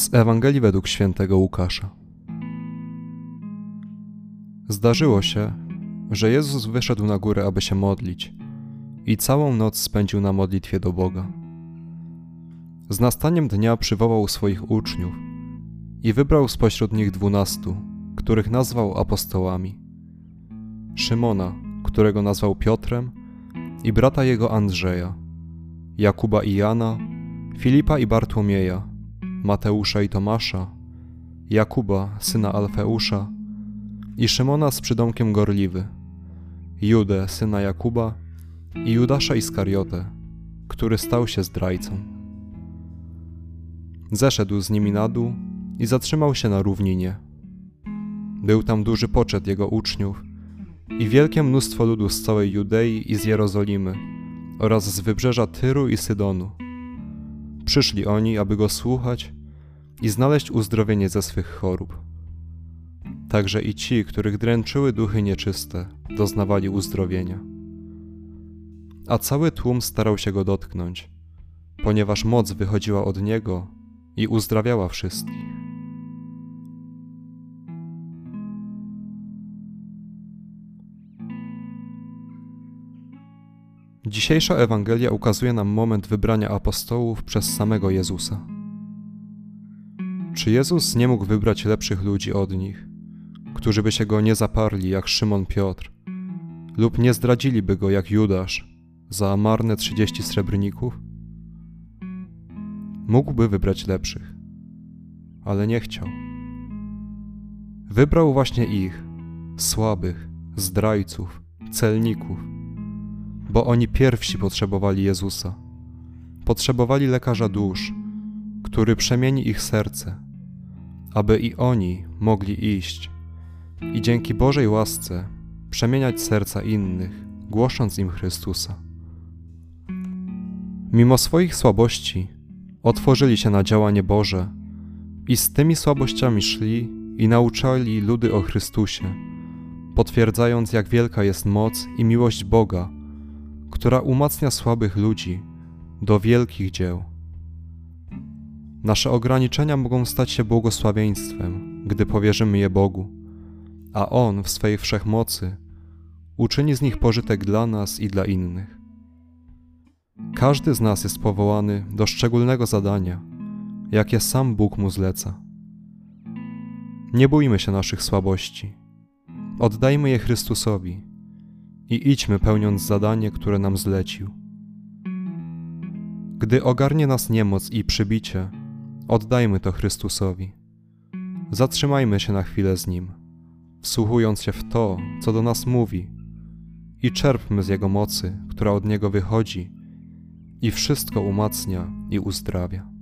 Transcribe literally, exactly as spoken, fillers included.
Z Ewangelii według świętego Łukasza. Zdarzyło się, że Jezus wyszedł na górę, aby się modlić, i całą noc spędził na modlitwie do Boga. Z nastaniem dnia przywołał swoich uczniów i wybrał spośród nich dwunastu, których nazwał apostołami: Szymona, którego nazwał Piotrem, i brata jego Andrzeja, Jakuba i Jana, Filipa i Bartłomieja, Mateusza i Tomasza, Jakuba, syna Alfeusza, i Szymona z przydomkiem Gorliwy, Judę, syna Jakuba, i Judasza Iskariotę, który stał się zdrajcą. Zeszedł z nimi na dół i zatrzymał się na równinie. Był tam duży poczet jego uczniów i wielkie mnóstwo ludu z całej Judei i z Jerozolimy oraz z wybrzeża Tyru i Sydonu. Przyszli oni, aby go słuchać i znaleźć uzdrowienie ze swych chorób. Także i ci, których dręczyły duchy nieczyste, doznawali uzdrowienia. A cały tłum starał się go dotknąć, ponieważ moc wychodziła od niego i uzdrawiała wszystkich. Dzisiejsza Ewangelia ukazuje nam moment wybrania apostołów przez samego Jezusa. Czy Jezus nie mógł wybrać lepszych ludzi od nich, którzy by się go nie zaparli jak Szymon Piotr, lub nie zdradziliby go jak Judasz za marne trzydzieści srebrników? Mógłby wybrać lepszych, ale nie chciał. Wybrał właśnie ich, słabych, zdrajców, celników, bo oni pierwsi potrzebowali Jezusa. Potrzebowali lekarza dusz, który przemieni ich serce, aby i oni mogli iść i dzięki Bożej łasce przemieniać serca innych, głosząc im Chrystusa. Mimo swoich słabości otworzyli się na działanie Boże i z tymi słabościami szli i nauczali ludy o Chrystusie, potwierdzając, jak wielka jest moc i miłość Boga, która umacnia słabych ludzi do wielkich dzieł. Nasze ograniczenia mogą stać się błogosławieństwem, gdy powierzymy je Bogu, a On w swej wszechmocy uczyni z nich pożytek dla nas i dla innych. Każdy z nas jest powołany do szczególnego zadania, jakie sam Bóg mu zleca. Nie bójmy się naszych słabości. Oddajmy je Chrystusowi i idźmy pełniąc zadanie, które nam zlecił. Gdy ogarnie nas niemoc i przybicie, oddajmy to Chrystusowi. Zatrzymajmy się na chwilę z Nim, wsłuchując się w to, co do nas mówi, i czerpmy z Jego mocy, która od Niego wychodzi i wszystko umacnia i uzdrawia.